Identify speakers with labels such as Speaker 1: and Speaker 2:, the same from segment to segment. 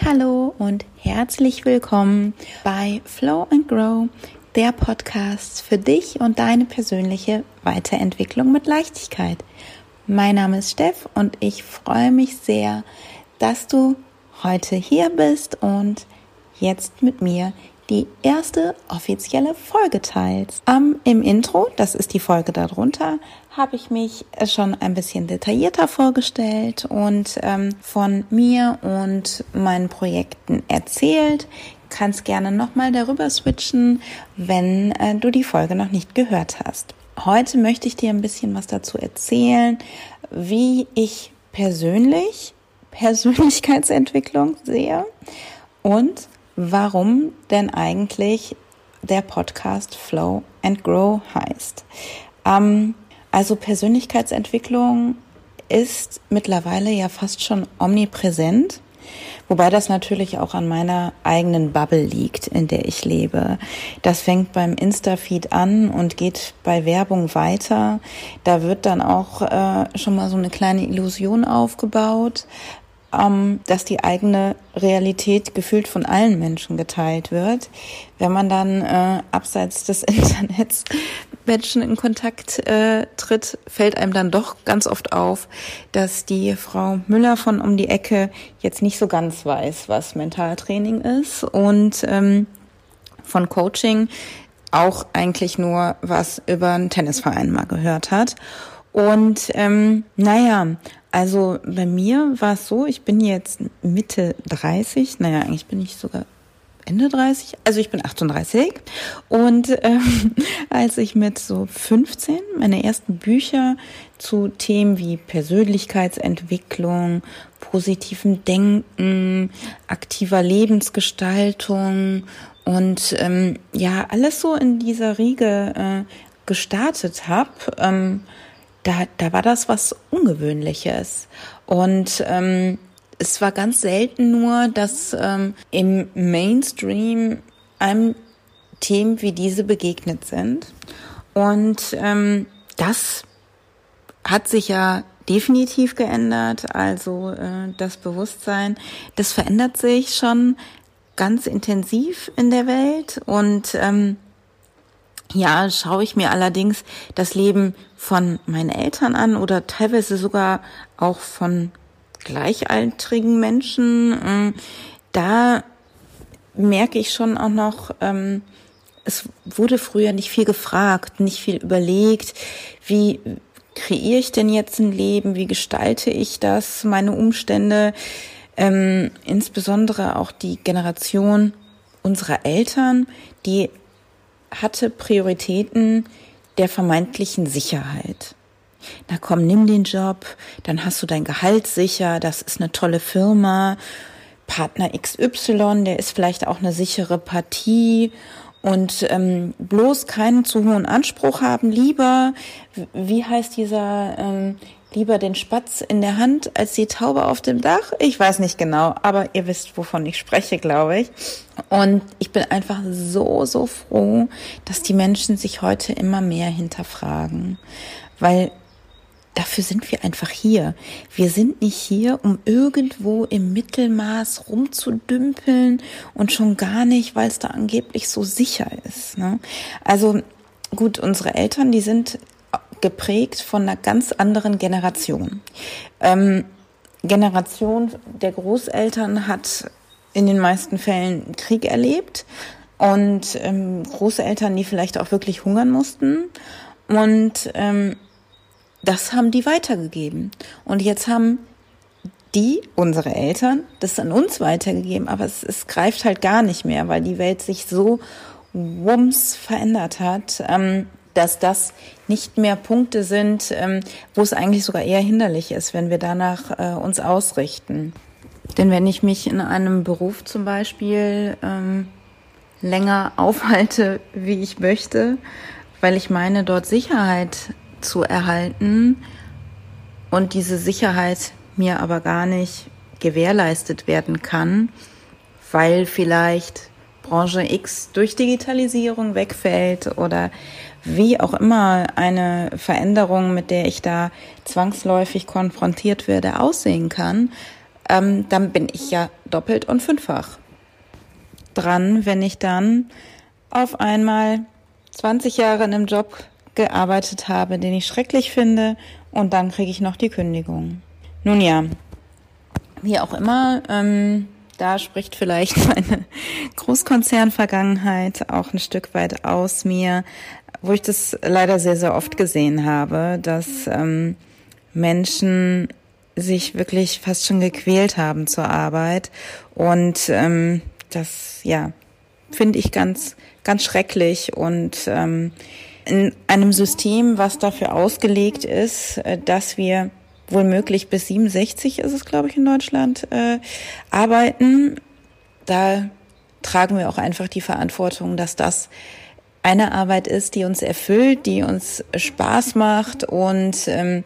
Speaker 1: Hallo und herzlich willkommen bei Flow and Grow, der Podcast für dich und deine persönliche Weiterentwicklung mit Leichtigkeit. Mein Name ist Steff und ich freue mich sehr, dass du heute hier bist und jetzt mit mir die erste offizielle Folge teilst. Im Intro, das ist die Folge darunter, habe ich mich schon ein bisschen detaillierter vorgestellt und von mir und meinen Projekten erzählt. Kannst gerne nochmal darüber switchen, wenn du die Folge noch nicht gehört hast. Heute möchte ich dir ein bisschen was dazu erzählen, wie ich persönlich Persönlichkeitsentwicklung sehe und warum denn eigentlich der Podcast Flow and Grow heißt. Also Persönlichkeitsentwicklung ist mittlerweile ja fast schon omnipräsent, wobei das natürlich auch an meiner eigenen Bubble liegt, in der ich lebe. Das fängt beim Insta-Feed an und geht bei Werbung weiter. Da wird dann auch schon mal so eine kleine Illusion aufgebaut, dass die eigene Realität gefühlt von allen Menschen geteilt wird. Wenn man dann abseits des Internets Menschen in Kontakt tritt, fällt einem dann doch ganz oft auf, dass die Frau Müller von um die Ecke jetzt nicht so ganz weiß, was Mentaltraining ist und von Coaching auch eigentlich nur was über einen Tennisverein mal gehört hat. Und also bei mir war es so, ich bin jetzt Mitte 30, eigentlich bin ich sogar Ende 30, also ich bin 38 und als ich mit so 15 meine ersten Bücher zu Themen wie Persönlichkeitsentwicklung, positivem Denken, aktiver Lebensgestaltung und alles so in dieser Riege gestartet habe, da war das was Ungewöhnliches und es war ganz selten nur, dass im Mainstream einem Themen wie diese begegnet sind und das hat sich ja definitiv geändert, also das Bewusstsein, das verändert sich schon ganz intensiv in der Welt und schaue ich mir allerdings das Leben von meinen Eltern an oder teilweise sogar auch von gleichaltrigen Menschen, da merke ich schon auch noch, es wurde früher nicht viel gefragt, nicht viel überlegt, wie kreiere ich denn jetzt ein Leben, wie gestalte ich das, meine Umstände, insbesondere auch die Generation unserer Eltern, die hatte Prioritäten der vermeintlichen Sicherheit. Na komm, nimm den Job, dann hast du dein Gehalt sicher, das ist eine tolle Firma, Partner XY, der ist vielleicht auch eine sichere Partie und bloß keinen zu hohen Anspruch haben, lieber, wie heißt dieser, lieber den Spatz in der Hand als die Taube auf dem Dach? Ich weiß nicht genau, aber ihr wisst, wovon ich spreche, glaube ich. Und ich bin einfach so froh, dass die Menschen sich heute immer mehr hinterfragen, weil dafür sind wir einfach hier. Wir sind nicht hier, um irgendwo im Mittelmaß rumzudümpeln und schon gar nicht, weil es da angeblich so sicher ist, ne? Also gut, unsere Eltern, die sind geprägt von einer ganz anderen Generation. Generation der Großeltern hat in den meisten Fällen Krieg erlebt und Großeltern, die vielleicht auch wirklich hungern mussten und das haben die weitergegeben. Und jetzt haben unsere Eltern, das an uns weitergegeben, aber es greift halt gar nicht mehr, weil die Welt sich so verändert hat, dass das nicht mehr Punkte sind, wo es eigentlich sogar eher hinderlich ist, wenn wir danach uns ausrichten. Denn wenn ich mich in einem Beruf zum Beispiel länger aufhalte, wie ich möchte, weil ich meine, dort Sicherheit zu erhalten und diese Sicherheit mir aber gar nicht gewährleistet werden kann, weil vielleicht Branche X durch Digitalisierung wegfällt oder wie auch immer eine Veränderung, mit der ich da zwangsläufig konfrontiert werde, aussehen kann, dann bin ich ja doppelt und fünffach dran, wenn ich dann auf einmal 20 Jahre in einem Job gearbeitet habe, den ich schrecklich finde, und dann kriege ich noch die Kündigung. Nun ja, wie auch immer, da spricht vielleicht meine Großkonzernvergangenheit auch ein Stück weit aus mir, wo ich das leider sehr, sehr oft gesehen habe, dass Menschen sich wirklich fast schon gequält haben zur Arbeit, und das, ja, finde ich ganz, ganz schrecklich, und in einem System, was dafür ausgelegt ist, dass wir wohl möglich bis 67 ist es, glaube ich, in Deutschland, arbeiten, da tragen wir auch einfach die Verantwortung, dass das eine Arbeit ist, die uns erfüllt, die uns Spaß macht und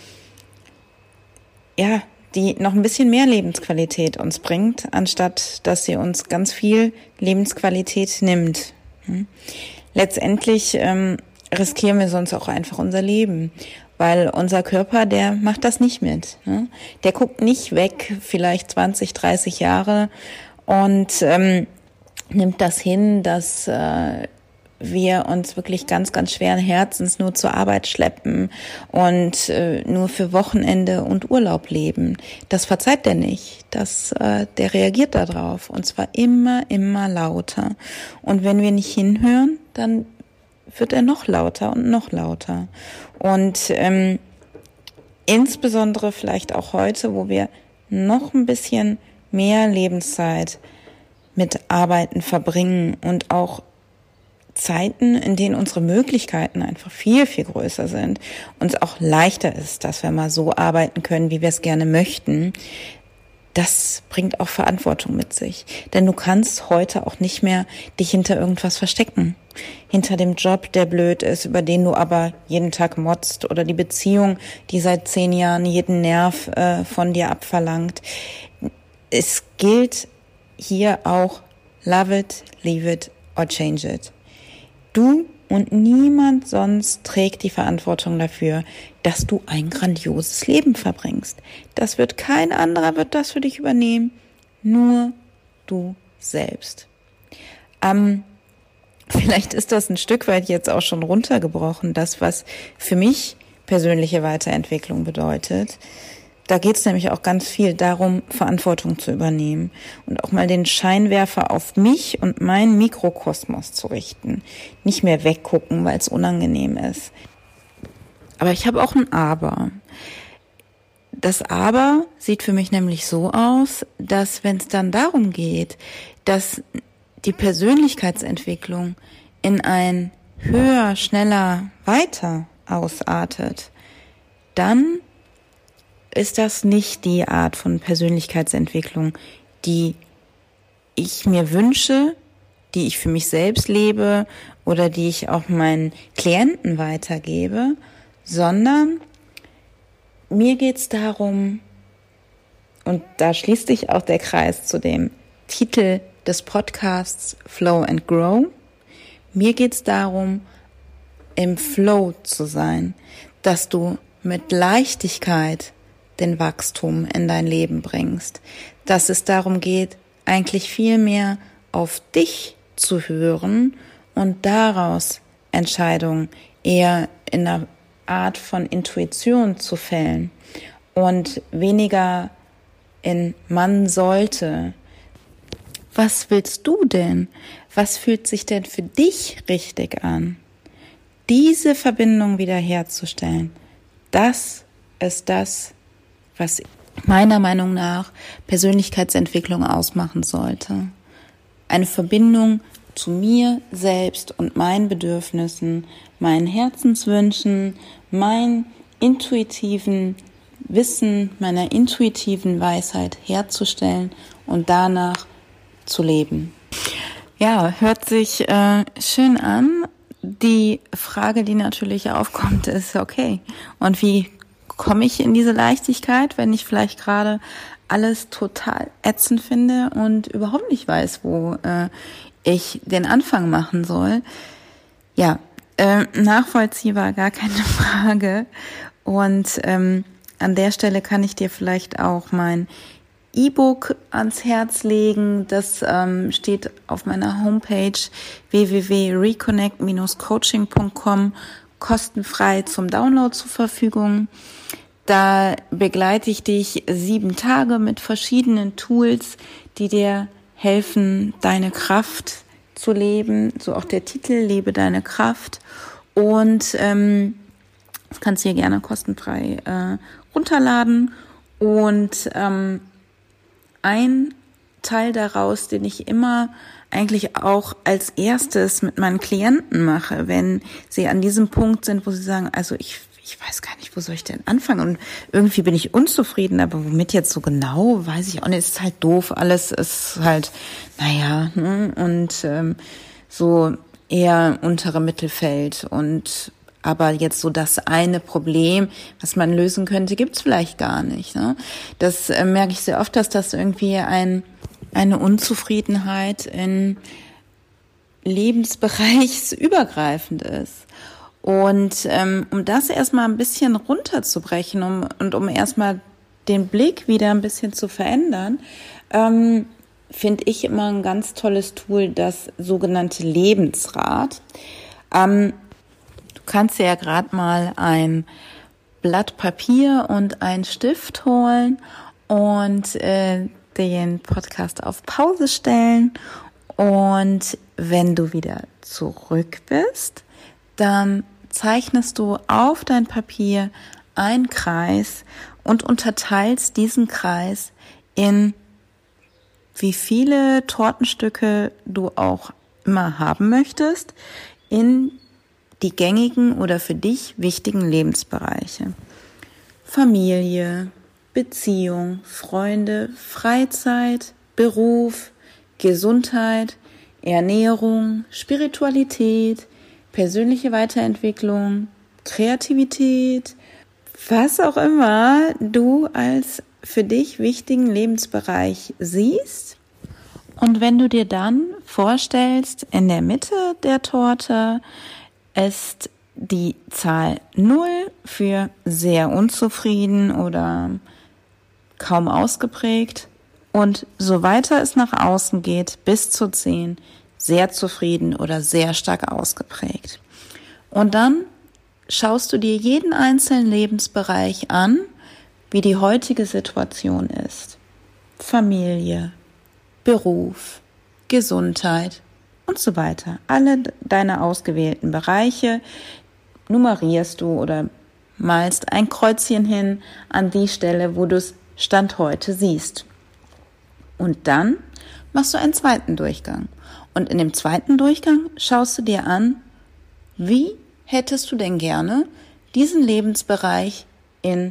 Speaker 1: die noch ein bisschen mehr Lebensqualität uns bringt, anstatt dass sie uns ganz viel Lebensqualität nimmt. Letztendlich riskieren wir sonst auch einfach unser Leben, weil unser Körper, der macht das nicht mit. Der guckt nicht weg, vielleicht 20, 30 Jahre, und nimmt das hin, dass wir uns wirklich ganz, ganz schweren Herzens nur zur Arbeit schleppen und nur für Wochenende und Urlaub leben. Das verzeiht der nicht. Der reagiert da drauf, und zwar immer, immer lauter. Und wenn wir nicht hinhören, dann wird er noch lauter und noch lauter. Und insbesondere vielleicht auch heute, wo wir noch ein bisschen mehr Lebenszeit mit Arbeiten verbringen und auch Zeiten, in denen unsere Möglichkeiten einfach viel, viel größer sind, uns auch leichter ist, dass wir mal so arbeiten können, wie wir es gerne möchten, das bringt auch Verantwortung mit sich. Denn du kannst heute auch nicht mehr dich hinter irgendwas verstecken. Hinter dem Job, der blöd ist, über den du aber jeden Tag motzt, oder die Beziehung, die seit 10 Jahren jeden Nerv von dir abverlangt. Es gilt hier auch, love it, leave it or change it. Du und niemand sonst trägt die Verantwortung dafür, dass du ein grandioses Leben verbringst. Kein anderer wird das für dich übernehmen, nur du selbst. Vielleicht ist das ein Stück weit jetzt auch schon runtergebrochen, das, was für mich persönliche Weiterentwicklung bedeutet. Da geht es nämlich auch ganz viel darum, Verantwortung zu übernehmen und auch mal den Scheinwerfer auf mich und meinen Mikrokosmos zu richten. Nicht mehr weggucken, weil es unangenehm ist. Aber ich habe auch ein Aber. Das Aber sieht für mich nämlich so aus, dass, wenn es dann darum geht, dass die Persönlichkeitsentwicklung in ein höher, schneller, weiter ausartet, dann ist das nicht die Art von Persönlichkeitsentwicklung, die ich mir wünsche, die ich für mich selbst lebe oder die ich auch meinen Klienten weitergebe, sondern mir geht's darum, und da schließt sich auch der Kreis zu dem Titel des Podcasts Flow and Grow, mir geht's darum, im Flow zu sein, dass du mit Leichtigkeit den Wachstum in dein Leben bringst, dass es darum geht, eigentlich viel mehr auf dich zu hören und daraus Entscheidungen eher in einer Art von Intuition zu fällen und weniger in man sollte. Was willst du denn? Was fühlt sich denn für dich richtig an? Diese Verbindung wiederherzustellen, das ist das, was meiner Meinung nach Persönlichkeitsentwicklung ausmachen sollte. Eine Verbindung zu mir selbst und meinen Bedürfnissen, meinen Herzenswünschen, meinem intuitiven Wissen, meiner intuitiven Weisheit herzustellen und danach zu leben. Ja, hört sich schön an. Die Frage, die natürlich aufkommt, ist, okay, und wie komme ich in diese Leichtigkeit, wenn ich vielleicht gerade alles total ätzend finde und überhaupt nicht weiß, wo ich den Anfang machen soll? Ja, nachvollziehbar, gar keine Frage. Und an der Stelle kann ich dir vielleicht auch mein E-Book ans Herz legen. Das steht auf meiner Homepage www.reconnect-coaching.com kostenfrei zum Download zur Verfügung. Da begleite ich dich 7 Tage mit verschiedenen Tools, die dir helfen, deine Kraft zu leben. So auch der Titel, Lebe deine Kraft. Und das kannst du hier gerne kostenfrei runterladen. Und ein Teil daraus, den ich immer eigentlich auch als erstes mit meinen Klienten mache, wenn sie an diesem Punkt sind, wo sie sagen, also ich weiß gar nicht, wo soll ich denn anfangen? Und irgendwie bin ich unzufrieden, aber womit jetzt so genau, weiß ich auch nicht. Es ist halt doof, alles ist halt, und so eher untere Mittelfeld. Und aber jetzt so das eine Problem, was man lösen könnte, gibt's vielleicht gar nicht. Ne? Das merke ich sehr oft, dass das irgendwie eine Unzufriedenheit in lebensbereichsübergreifend ist. Und um das erstmal ein bisschen runterzubrechen um erstmal den Blick wieder ein bisschen zu verändern, finde ich immer ein ganz tolles Tool, das sogenannte Lebensrad. Du kannst dir ja gerade mal ein Blatt Papier und einen Stift holen und den Podcast auf Pause stellen. Und wenn du wieder zurück bist, dann zeichnest du auf dein Papier einen Kreis und unterteilst diesen Kreis in wie viele Tortenstücke du auch immer haben möchtest, in die gängigen oder für dich wichtigen Lebensbereiche. Familie, Beziehung, Freunde, Freizeit, Beruf, Gesundheit, Ernährung, Spiritualität, persönliche Weiterentwicklung, Kreativität, was auch immer du als für dich wichtigen Lebensbereich siehst. Und wenn du dir dann vorstellst, in der Mitte der Torte ist die Zahl 0 für sehr unzufrieden oder kaum ausgeprägt und so weiter es nach außen geht, bis zu 10 sehr zufrieden oder sehr stark ausgeprägt. Und dann schaust du dir jeden einzelnen Lebensbereich an, wie die heutige Situation ist. Familie, Beruf, Gesundheit und so weiter. Alle deine ausgewählten Bereiche nummerierst du oder malst ein Kreuzchen hin an die Stelle, wo du es Stand heute siehst. Und dann machst du einen zweiten Durchgang. Und in dem zweiten Durchgang schaust du dir an, wie hättest du denn gerne diesen Lebensbereich in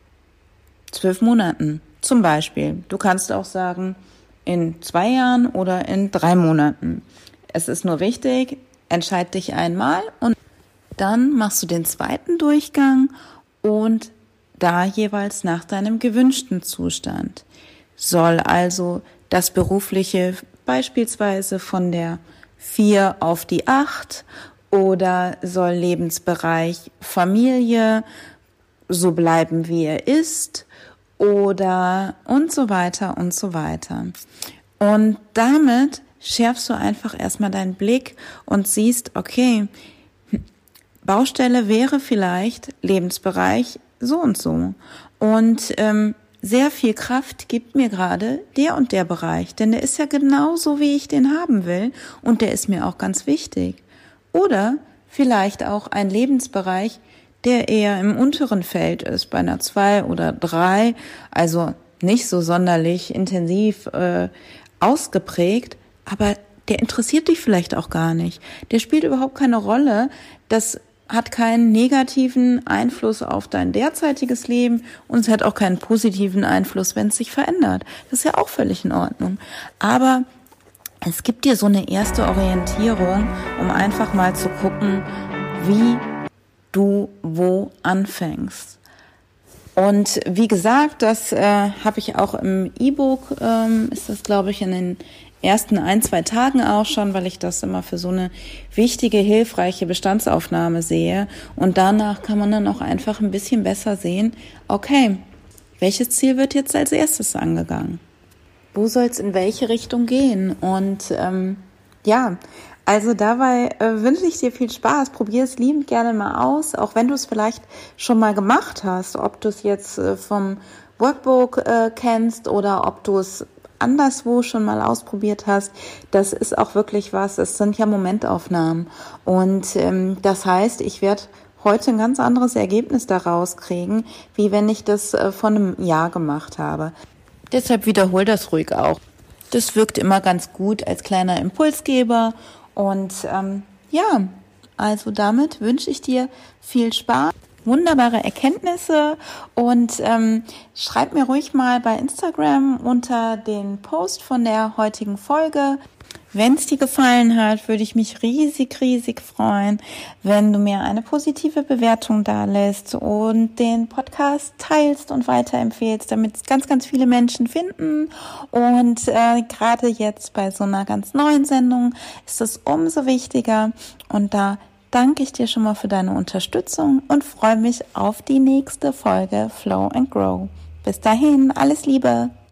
Speaker 1: 12 Monaten? Zum Beispiel, du kannst auch sagen, in 2 Jahren oder in 3 Monaten. Es ist nur wichtig, entscheid dich einmal und dann machst du den zweiten Durchgang und da jeweils nach deinem gewünschten Zustand. Soll also das Berufliche beispielsweise von der 4 auf die 8 oder soll Lebensbereich Familie so bleiben, wie er ist oder und so weiter und so weiter. Und damit schärfst du einfach erstmal deinen Blick und siehst, okay, Baustelle wäre vielleicht Lebensbereich so und so. Und sehr viel Kraft gibt mir gerade der und der Bereich, denn der ist ja genauso, wie ich den haben will und der ist mir auch ganz wichtig. Oder vielleicht auch ein Lebensbereich, der eher im unteren Feld ist, bei einer 2 oder 3, also nicht so sonderlich intensiv ausgeprägt, aber der interessiert dich vielleicht auch gar nicht. Der spielt überhaupt keine Rolle, das hat keinen negativen Einfluss auf dein derzeitiges Leben und es hat auch keinen positiven Einfluss, wenn es sich verändert. Das ist ja auch völlig in Ordnung. Aber es gibt dir so eine erste Orientierung, um einfach mal zu gucken, wie du wo anfängst. Und wie gesagt, das habe ich auch im E-Book, ist das glaube ich in den ersten 1-2 Tagen auch schon, weil ich das immer für so eine wichtige, hilfreiche Bestandsaufnahme sehe. Und danach kann man dann auch einfach ein bisschen besser sehen, okay, welches Ziel wird jetzt als erstes angegangen? wo soll es in welche Richtung gehen? Und also dabei wünsche ich dir viel Spaß. Probier es liebend gerne mal aus, auch wenn du es vielleicht schon mal gemacht hast, ob du es jetzt vom Workbook kennst oder ob du es anderswo schon mal ausprobiert hast. Das ist auch wirklich was. Es sind ja Momentaufnahmen. Und das heißt, ich werde heute ein ganz anderes Ergebnis daraus kriegen, wie wenn ich das vor einem Jahr gemacht habe. Deshalb wiederhol das ruhig auch. Das wirkt immer ganz gut als kleiner Impulsgeber. Und also damit wünsche ich dir viel Spaß, wunderbare Erkenntnisse und schreib mir ruhig mal bei Instagram unter den Post von der heutigen Folge. Wenn es dir gefallen hat, würde ich mich riesig, riesig freuen, wenn du mir eine positive Bewertung dalässt und den Podcast teilst und weiterempfehlst, damit es ganz, ganz viele Menschen finden. Und gerade jetzt bei so einer ganz neuen Sendung ist es umso wichtiger. Und da danke ich dir schon mal für deine Unterstützung und freue mich auf die nächste Folge Flow and Grow. Bis dahin, alles Liebe!